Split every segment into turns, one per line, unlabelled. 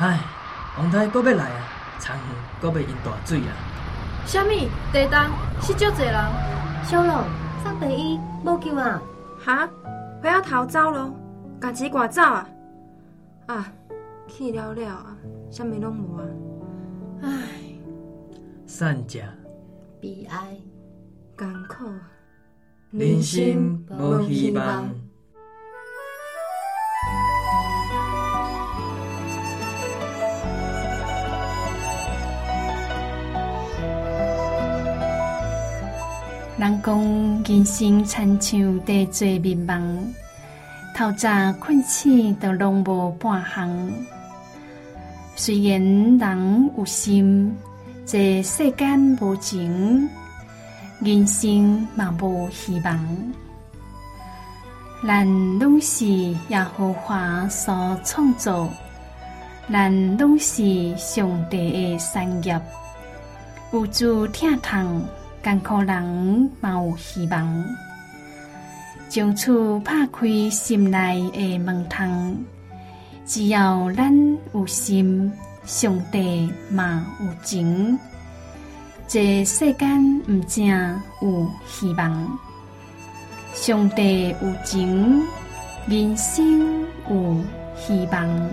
唉，王太阁要来啊，田园阁要淹大水啊！
啥物？地震死足侪人。
小龙，上第一无救啊！
哈，我要逃走咯，家己赶走啊！啊，去了了啊，啥物拢无啊！唉，
善食
悲哀，
艰苦，
人生无希望。
人讲人生亲像地做迷茫，透早困醒都拢无半项。虽然人有心，这世间无情，人生嘛无希望。咱拢是耶和华所创造，咱拢是上帝的产业，有主疼痛。艰苦人嘛有希望，将厝拍开心内的门窗。只要咱有心，上帝嘛有情。这世间不正有希望，上帝有情，人生有希望。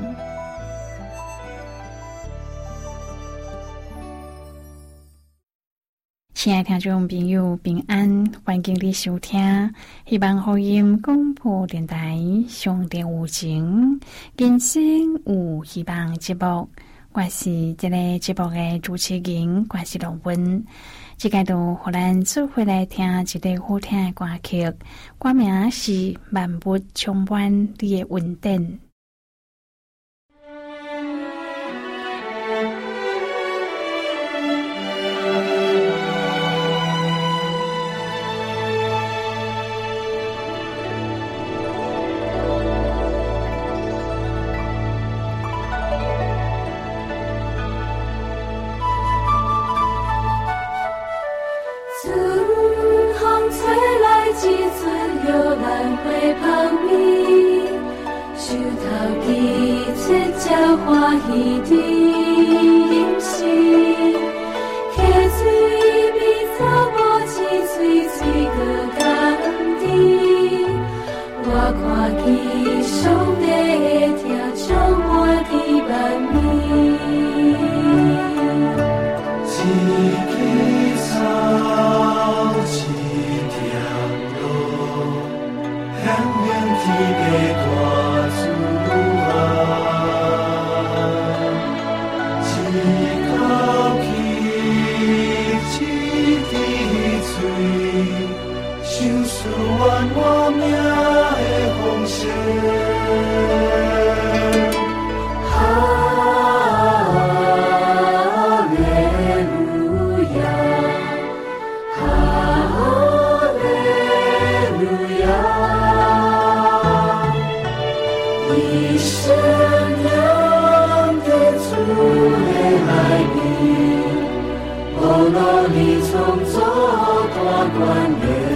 亲爱听众朋友平安，欢迎你收听希望福音广播电台上帝有情人生有希望节目，我是这个节目的主持人，我是龙文。这个都互咱做回来听一个好听的歌曲，歌名是《万物充满你的恩典》。
欢喜的饮食，溪水比草木青翠翠个甘甜。我看见上帝的疼充满的万面。一枝草，一条路，向远天边大主啊。愿我命的奉献，哈利路亚，哈利路亚，一生仰的主的来临，我努力创造大观念。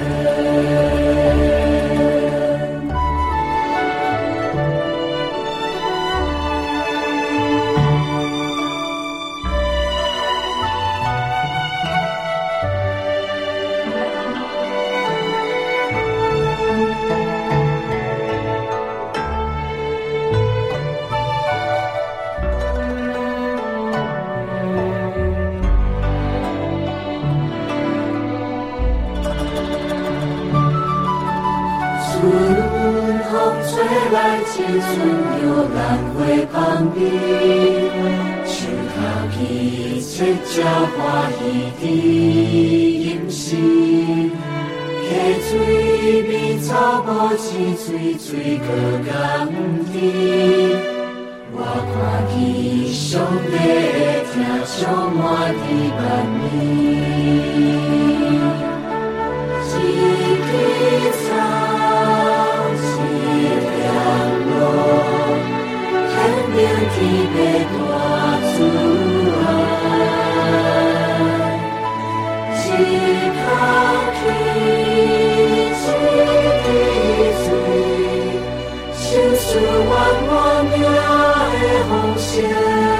青春摇篮花旁边，树头起切鸟欢喜的饮食，溪水比草木青翠翠个甘甜。我看见上帝的疼充满的万面，一枝草。天边大主爱，一口气一滴水，像是愿我命的奉献。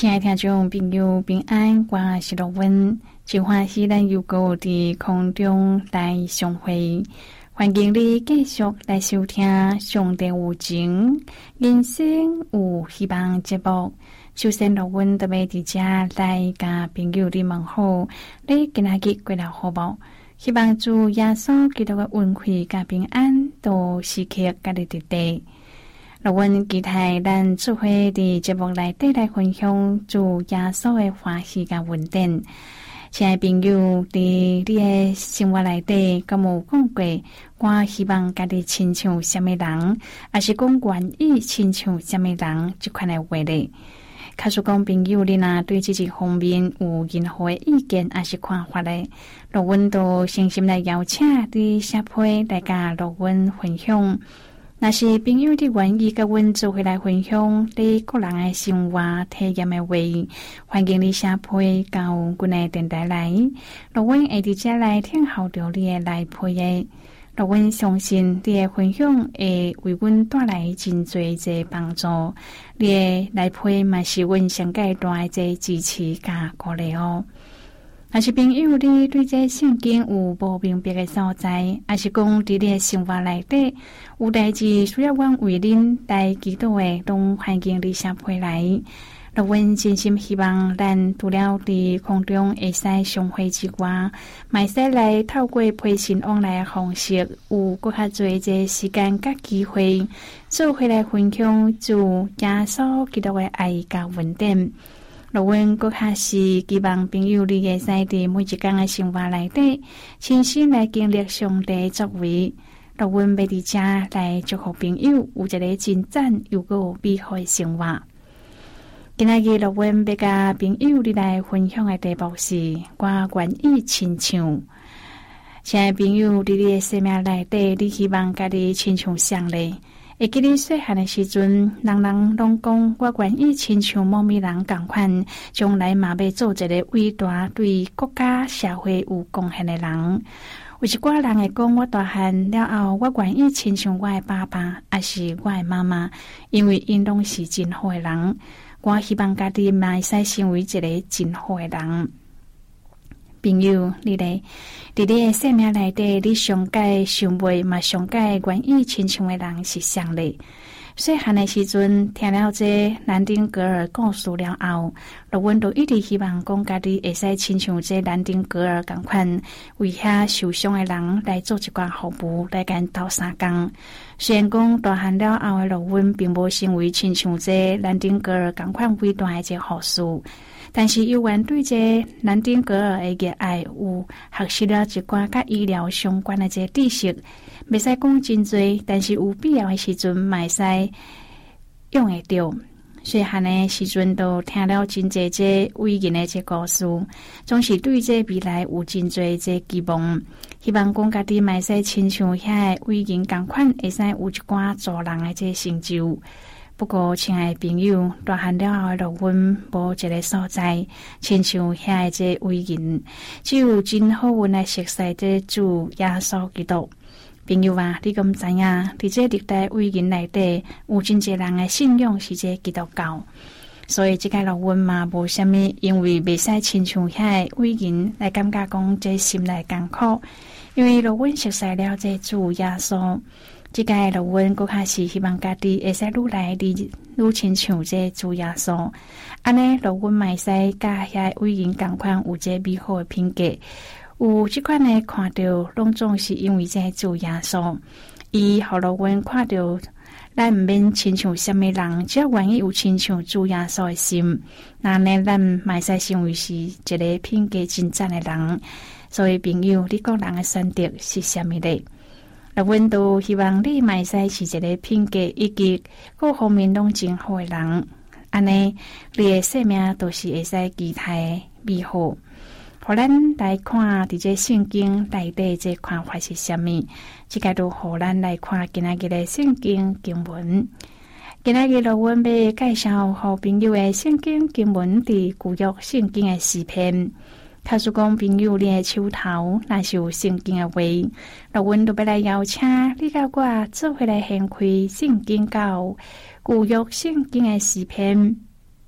亲爱听众朋友平安，我是乐温，真欢喜咱又搁伫空中来相会，欢迎你继续来收听上帝有情人生有希望节目。首先乐温特别伫遮来甲朋友你问好，你今仔日过了好无？希望主耶稣基督的恩惠甲平安都时刻甲你伫地。乐温期待咱做伙伫节目内底来分享主耶稣的欢喜甲恩典。亲爱朋友，伫你的生活内底，敢有讲过我希望家己亲像什么人，还是讲愿意亲像什么人这款的话呢？假使讲朋友你若对这一方面有任何的意见还是看法呢？乐温都诚心来邀请你写批来甲乐温分享。若是朋友你愿意甲阮做伙来分享你个人的生活体验的话，欢迎你写批到阮的电台来，乐温会伫遮来听候着你的来批的。乐温相信你的分享会为阮带来真侪个帮助，你的来批嘛是阮上界大个支持甲鼓励哦。若是朋友你对这圣经有无明白的所在，还是讲伫你的生活内底有代志需要阮为恁来祈祷的，拢欢迎你写批来。乐温真心希望咱除了伫空中会使相会之外，嘛使来透过陪信往来的方式，有更较侪个时间甲机会，做伙来分享主耶稣基督的爱甲恩典。乐温更较是希望朋友你会使伫每一天的生活内底，亲身来经历上帝作为。乐温要伫遮来祝福朋友有一个真赞又个美好的生活。今仔日乐温要甲朋友你来分享的题目是我愿意亲像。亲爱朋友，伫你的生命内底，你希望家己亲像谁呢？会记你细汉的时阵，人人拢讲我愿意亲像某某人共款，将来嘛要做一个伟大对国家社会有贡献的人。有一寡人会讲我大汉了后，我愿意亲像我的爸爸，还是我的妈妈，因为因拢是真好的人。我希望家己嘛会使成为一个真好的人。朋友，你咧，伫你的生命内底，你上界想袂嘛上界愿意亲像的人是谁咧？细汉的时阵听了这兰丁格尔故事了后，乐温都一直希望讲家己会使亲像这兰丁格尔共款，为遐受伤的人来做一寡服务，来甲因斗相共。虽然讲大汉了后的乐温并无成为亲像这兰丁格尔共款伟大的这护士，但是依然对这兰丁格尔的热爱有学习了一寡甲医疗相关的这知识。袂使讲真多，但是有必要的时阵，嘛会使用会到。细汉的时阵，都听了真侪这伟人的这故事，总是对这未来有真侪这期望。希望讲家己嘛会使亲像遐伟人共款，会使有一寡助人的这成就。不过，亲爱的朋友，大汉了后的乐温无一个所在，亲像遐的这伟人，只有真好运来熟悉这主耶稣基督。朋友啊，你敢知影？伫这历代伟人内底，有真侪人的信仰是这基督教，所以这个乐温嘛无虾米，因为袂使亲像遐伟人来感觉讲这心内艰苦，因为乐温熟悉了这主耶稣。这个乐温更较是希望家己会使愈来愈亲像这主耶稣，安尼乐温嘛会使甲遐伟人共款有这美好的品格。有这款的看到，拢总是因为这主耶稣，伊互乐温看到，咱毋免亲像什么人，只要愿意有亲像主耶稣的心，那呢，咱嘛会使成为是一个品格真赞的人。所以朋友，你个人的选择是什么呢？乐温都希望你嘛会使是一个品格以及各方面拢真好的人，安尼你的生命都是会使期待美好。互咱来看伫这圣经内底这看法是什么？这个都互咱来看今仔日的圣经经文。今仔日乐温要介绍互朋友的圣经经文伫旧约圣经的诗篇。假使讲朋友你的手头若是有圣经的话，乐温都要来邀请你甲我做伙来掀开圣经到旧约圣经的诗篇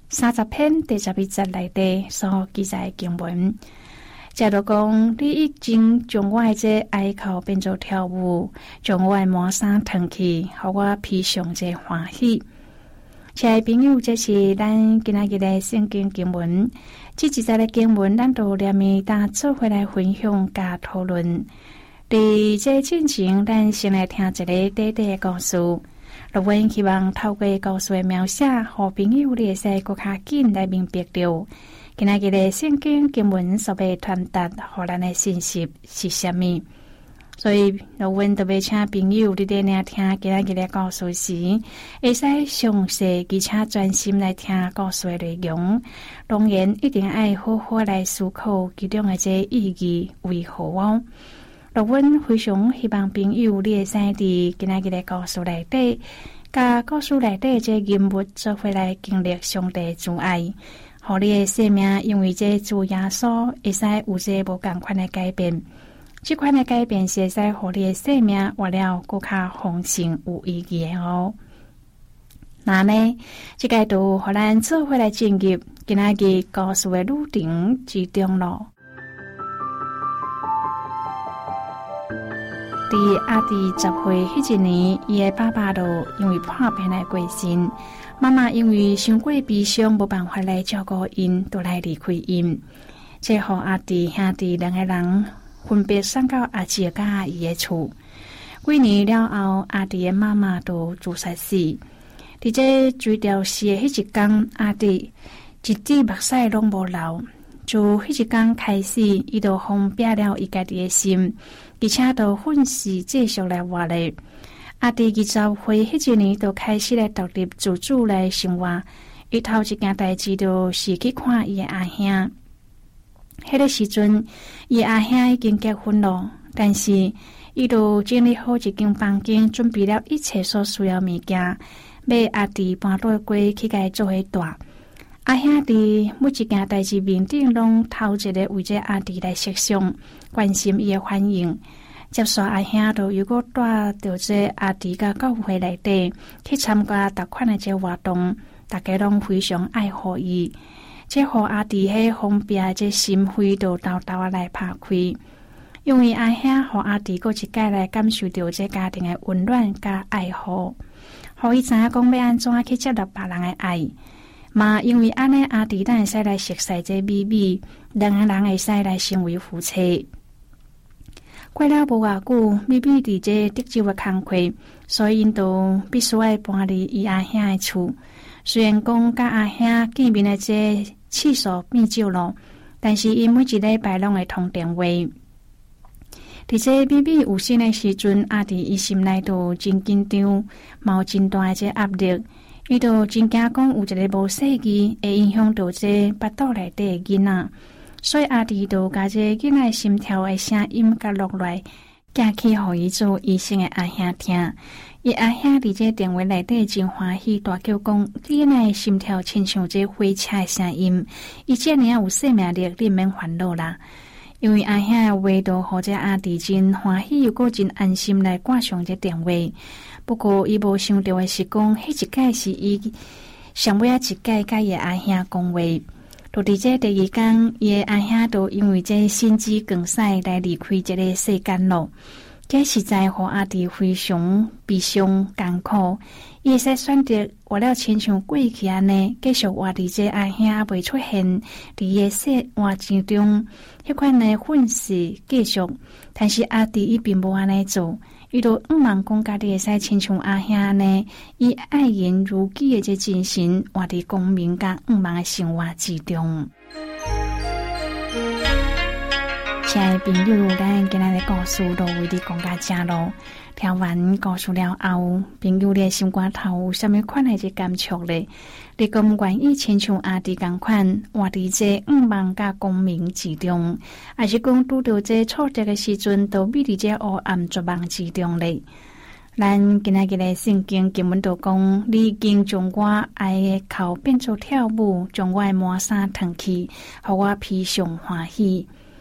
30篇第11节内底所记载的经文。假如讲你已经将我的这哀哭变作跳舞，将我的满衫脱去，互我披上这欢喜。亲爱的朋友，这是咱今仔日的圣经经文。这几节的经文，咱都连面搭做回来分享加讨论。在这进前，咱先来听一个短短的故事。我们希望透过故事的描写，和朋友你会使更加紧来明白到今仔日的圣经经文所被传达予咱的信息是什么。所以，我们特别请朋友你在听今仔日的故事时，会使详细而且专心来听故事的内容。当然，一定要好好来思考其中的这意义为何哦。我们非常希望朋友你会使伫今仔日的故事内底，甲故事内底这人物做回来经历上帝主爱，互你的生命因为这主耶稣会使有这无同款的改变。这款的改变是会使互你的生命活了更加丰盛有意义的哦。那呢，这个就互咱做回来进入今仔日故事的旅程之中咯。在阿弟10岁迄一年，伊的爸爸就因为破病来过身，妈妈因为伤过悲伤，无办法来照顾因，就来离开因。这互阿弟兄弟两个人分别送到阿姐甲阿姨的厝。几年了后，阿弟的妈妈就自杀死。伫这追悼死的迄一天，阿弟一滴目屎拢无流。自迄一天开始，伊就封闭了伊家己的心，而且就粉丝继续来活咧。阿弟20岁迄一年，就开始来独立自主来生活。伊头一件代志就是去看伊的阿兄。迄个时阵，伊阿兄已经结婚了，但是伊就整理好一间房间，准备了一切所需要物件，要阿弟搬倒过去甲伊做伙住。阿兄伫每一件代志面顶，拢头一个为这阿弟来设想，关心伊的反应。接续阿兄就如果带着这阿弟甲教会内底去参加逐款的这活动，大家拢非常爱护伊。这互阿弟迄封闭这心扉就偷偷来拍开，因为阿兄互阿弟过一届来感受到这家庭的温暖甲爱护，互伊知影讲要安怎去接纳别人的爱。嘛，因为安尼阿弟咱会使来熟悉这秘密，两个人会使来成为夫妻。过了无偌久，秘密伫这德州的工课，所以因就必须要搬离伊阿兄的厝。虽然讲甲阿兄见面的这次数变少了，但是因每一礼拜拢会通电话。伫这秘密有生的时阵，阿弟伊心内都真紧张，嘛有真大的这压力。伊就真惊讲有一个无细记会影响到这腹肚内底的囡仔，所以阿弟就甲这囡仔心跳的声音甲录来，寄去互伊做医生的阿兄听。伊阿兄伫这电话内底真欢喜，大叫讲囡仔的心跳亲像这火车的声音，伊这尔有生命力，你免烦恼啦。因为阿兄的话都互这阿弟真欢喜，又搁真安心来挂上这电话。不过，伊无想到的是讲，迄一届是伊上尾一届甲伊阿兄讲话。就伫这第二天，伊的阿兄就因为这心肌梗塞来离开这个世间咯。这实在互阿弟非常悲伤艰苦。伊会使选择活了亲像过去安尼，继续活伫这阿兄未出现伫伊的生活之中，迄款的粉饰继续。但是阿弟伊并无安尼做。伊就望讲家己会使亲像阿兄呢，以爱言如己的这精神，活伫光明甲望的生活之中。亲爱的朋友，咱今日的故事都为你讲到这咯。听完故事了后，朋友你的心肝头有啥物款的这感触咧？你敢愿意亲像阿弟共款活伫这望甲光明之中，还是讲拄到这挫折的时阵，都秘伫这黑暗绝望之中咧？咱今仔日的圣经经文就讲，你已经将我爱的口变作跳舞，将我的满衫脱去，互我披上欢喜。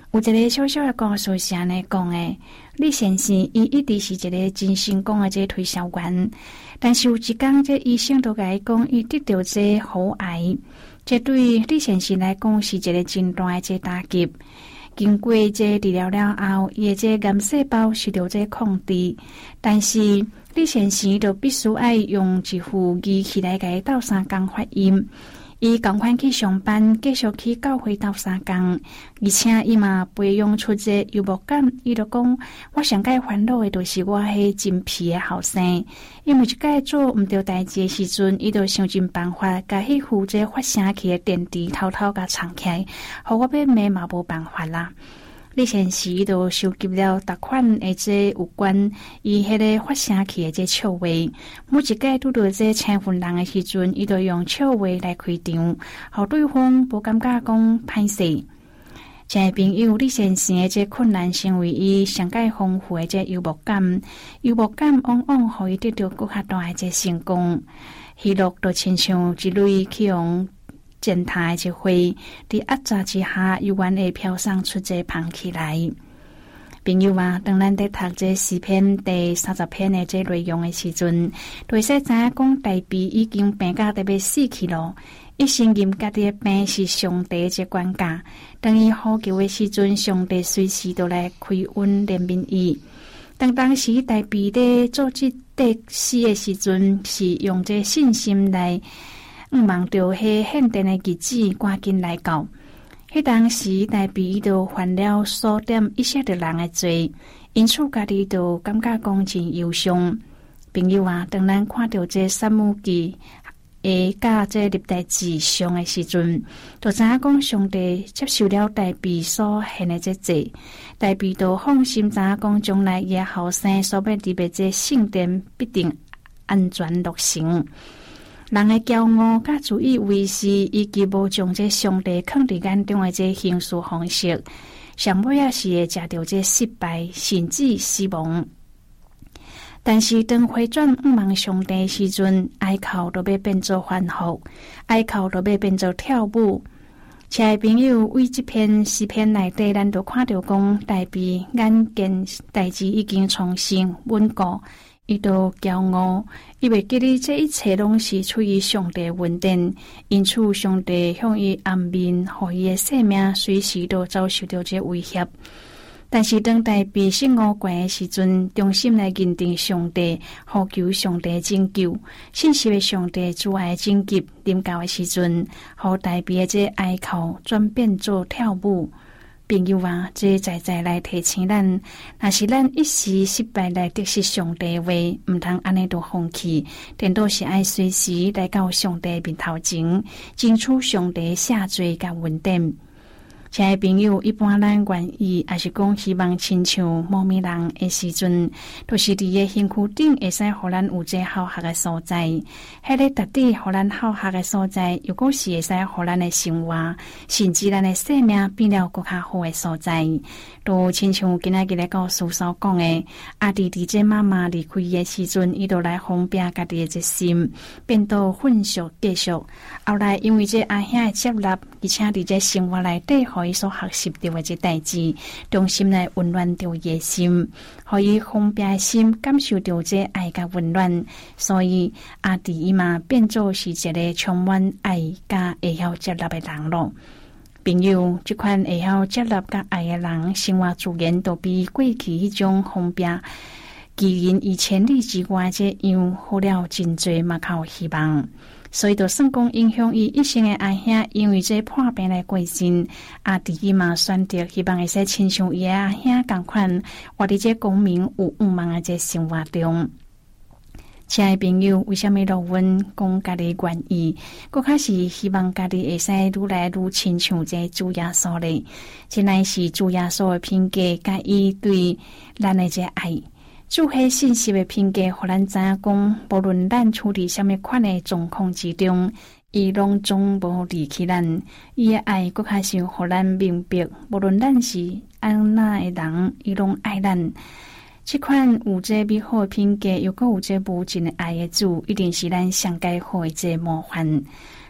有一个小小的故事是安尼讲的：李先生伊一直是一个真成功的这推销员，但是有一天，这医生都甲伊讲，伊得到这喉癌，这对李先生来讲是一个真大的这打击。经过这治疗了后，伊的这癌细胞受到这控制，但是李先生就必须爱用一副仪器来甲伊斗相共发音。伊赶快去上班，继续去教会斗相共，而且伊嘛培养出这幽默感。伊就讲，我上界烦恼的就是我迄真皮的后生，因为一界做毋对代志的时阵，伊就想尽办法，甲迄副这发声器的电池偷偷甲藏起来，互我要骂嘛无办法啦。李先生伊就收集了逐款的这有关伊迄个发声器的这笑话，每一届拄到这请份人的时阵，伊就用笑话来开场，互对方无感觉讲歹势。亲爱朋友，李先生的这困难成为伊上界丰富的这幽默感，幽默感往往互伊得到更较大的这成功。喜乐就亲像一类去用践踏的一回，伫压榨之下，悠然会飘送出这香气来。朋友啊，当咱在读这诗篇第30篇的这内容的时阵，就会使知影讲大卫已经病到特别死去了。一心认家己的病是上帝这管家，当伊呼求的时阵，上帝随时都来开恩怜悯伊。当时大卫在做这第诗的时阵，是用这信心来望着迄献殿的日子赶紧来到。迄当时大卫伊就犯了数点以色列人的罪，因此家己就感觉讲真忧伤。朋友啊，当咱看到这撒母记甲这历代志上的时阵，就知影讲上帝接受了大卫所献的这罪，大卫就放心知影讲将来伊的后生所要入的这圣殿必定安全落成。人的骄傲甲自以为是，以及无将这上帝放伫眼中的这行事方式，上尾也是会食到这失败甚至死亡。但是当回转望上帝的时阵，哀哭都要变做欢呼，哀哭都要变做跳舞。亲爱朋友，为这篇诗篇内底，咱就看到讲大卫眼见代志已经重新稳固。伊都骄傲，伊袂记得这一切拢是出于上帝恩典，因此上帝向伊安眠，互伊的生命随时都遭受到这威胁。但是当大卫失误过的时阵，衷心来认定上帝，呼求上帝拯救，信实的上帝主爱拯救临到的时阵，互大卫的这哀哭转变做跳舞。朋友啊，这在来提醒咱，若是咱一时失败来得失上帝的话，毋通安尼都放弃，颠倒是爱随时来到上帝面头前，争取上帝下罪甲恩典。亲爱朋友，一般咱愿意也是讲希望亲像某名人的时阵，都是伫个身躯顶会使互咱有这好学的所在，迄个特地互咱好学的所在，又果是会使互咱的生活，甚至咱的生命变了更较好的所在。都亲像今仔日的故事所讲的，阿弟伫这妈妈离开的时阵，伊就来封闭家己的这心，变到混熟继续。后来因为这阿兄的接纳，而且伫这生活内底，互伊所学习到的这代志，衷心来温暖到伊的心，互伊封闭的心感受到这爱甲温暖。所以阿弟伊嘛变做是一个充满爱甲会晓接纳的人咯。朋友，这款会晓接纳甲爱的人，生活自然都比过去迄种封闭、寄人以千里之外这样好了真多，嘛较有希望。所以就算讲影响伊一生的阿兄，因为这破病来过身，阿弟伊嘛选择希望会使亲像伊的阿兄同款，活伫这光明有愿望的这生活中。亲爱朋友，为什么罗文讲家己愿意，更较是希望家己会使愈来愈亲像这主耶稣咧？这乃是主耶稣的评价，甲伊对咱的这爱。主迄信息的评价，互咱知影讲，无论咱处伫什么款的状况之中，伊拢总无离弃咱。伊的爱更较是互咱明白，无论咱是安那的人，伊拢爱咱。这款有这美好的品格，又搁有这无尽的爱的主，一定是咱上界好的这模范。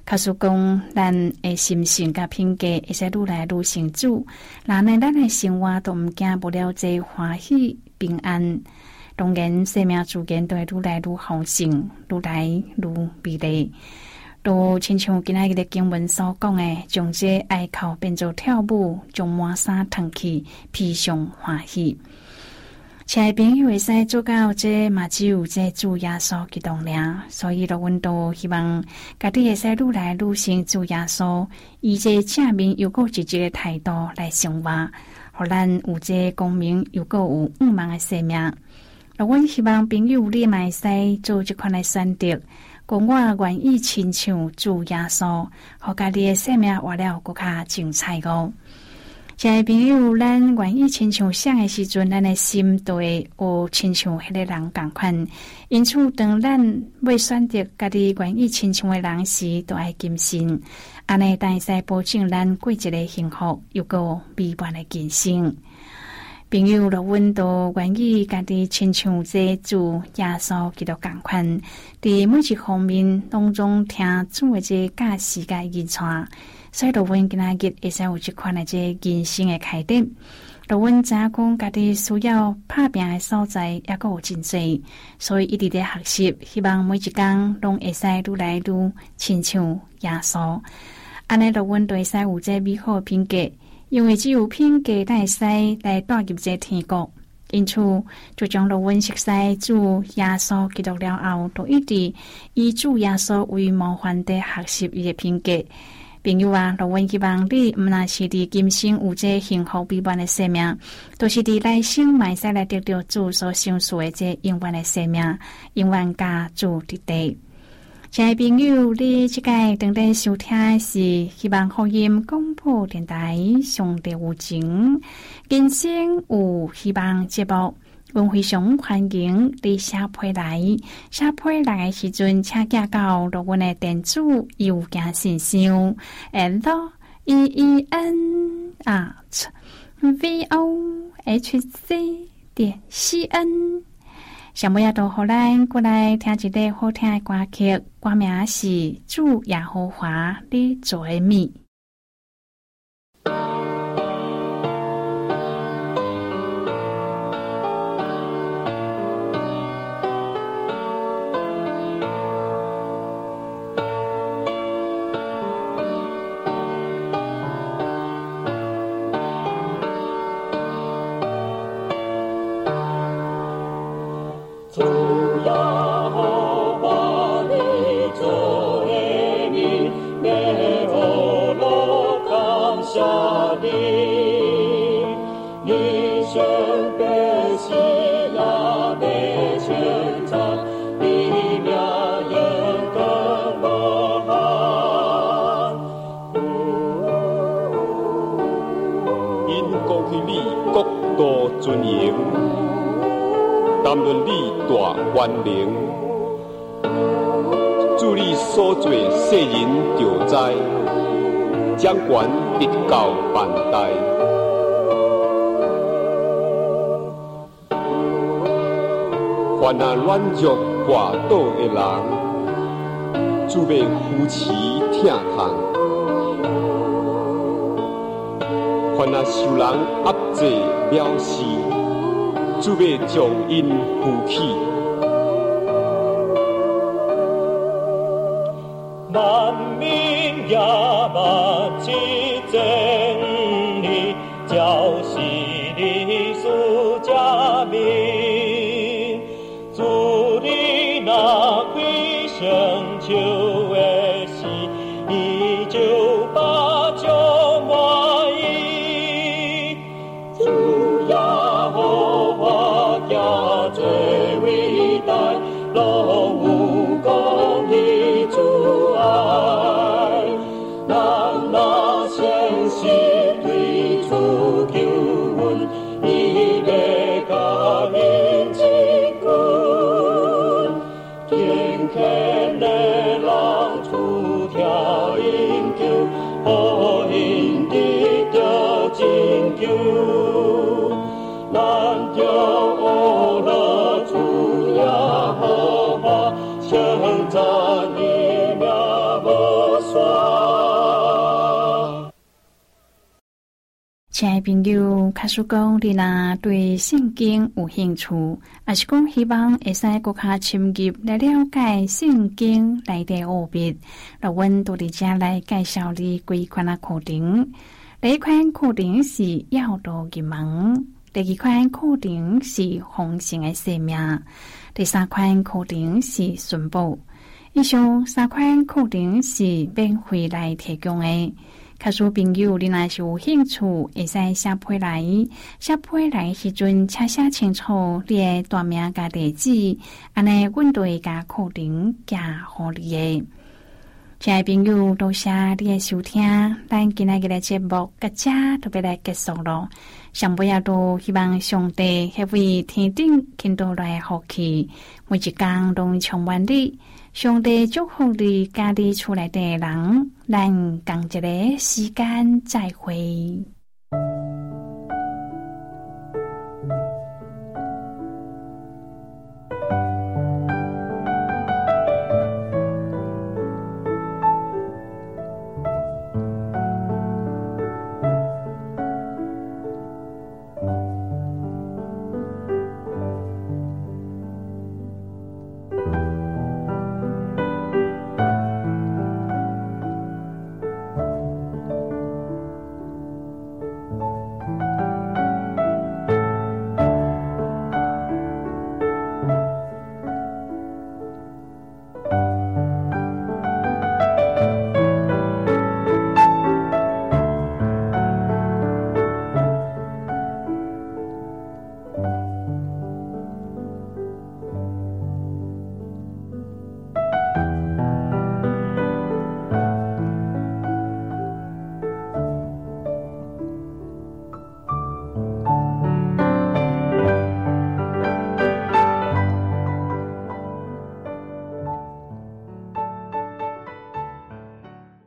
假使讲咱的心性甲品格会使愈来愈成主，那咱的生活都毋惊不了这欢喜平安。当然，生命自然都会愈来愈丰盛，愈来愈美丽。都亲像今仔日的经文所讲的，将这哀哭变作跳舞，将满衫脱去，披上欢喜。亲爱朋友会使做到这，嘛只有这主耶稣基督尔。所以，阮都希望家己会使愈来愈成主耶稣，以这正面又过积极的态度来生活，互咱有这光明又过有五芒的生命。阮希望朋友你嘛会使做这款的选择，讲我愿意亲像主耶稣，互家己的生命活了更加精彩哦。亲爱朋友，咱愿意亲像啥的时阵，咱的心都会有亲像迄个人同款。因此，当咱要选择家己愿意亲像的人时，都爱谨慎，安尼才会使保证咱过一个幸福又个美满的人生。朋友，阮都愿意家己亲像这主耶稣基督同款，伫每一方面当中听主的这教示甲言传。所以，阮今仔日会使有这款的这人生的开展。阮知影讲家己需要打拼的所在也够有真侪，所以一直在学习，希望每一天拢会使愈来愈亲像耶稣。安尼，阮都会使有这美好的品格，因为只有品格才会使来带入这天国。因此，就将阮熟悉主耶稣基督了后，都一直以主耶稣为模范的学习伊的品格。朋友啊，阮希望你毋但是伫今生有这幸福美满的生命，都是伫来生嘛会使来得到主所享受的这永远的生命，永远甲主伫地。亲爱朋友，你即个等待收听的是希望福音广播电台上帝有情人生有希望节目。阮非常欢迎你写批来的时阵，请寄到阮的电子邮件信箱 LEEN@vohc.cn。想要到荷兰过来听一个好听的歌曲，歌名是《主耶和华你做的美》。
主耶和华你做的美，美好乐感谢你，你选百姓也被选择，你名言更无限。因讲起你国度尊严，谈论你大权能，主你所做世人就知，掌权直到万代。凡那软弱滑倒的人，主要扶持疼痛；凡那受人压制藐视，主要将因扶起。万民也万起真理，就是你所加名。主你那开成就的事，你就把酒满意。主呀，最伟大，老有公义主爱，咱若相信对主救恩，伊要甲因真君，敬虔的人出挑因救，好因得到拯救。咱就学了主耶和华，称赞伊名无衰。
亲爱朋友，假使讲你若对圣经有兴趣，也是讲希望会使更加深入来了解圣经内的奥秘，那阮都伫遮来介绍你几款课程。第一款课程是要道入门，第二款课程是丰盛的生命，第三款课程是顺报。以上三款课程是免费来提供的。假使朋友你若是有兴趣，会使写批来的时阵，请写清楚你的大名甲地址，安尼阮就会甲课程寄互你的。亲爱朋友，多谢你的收听，咱今仔日的节目到这就要来结束咯。上尾也都希望上帝迄位天顶倾倒来的福气，每一天拢充满你。上帝祝福你家己厝内的人，咱同一个时间再会。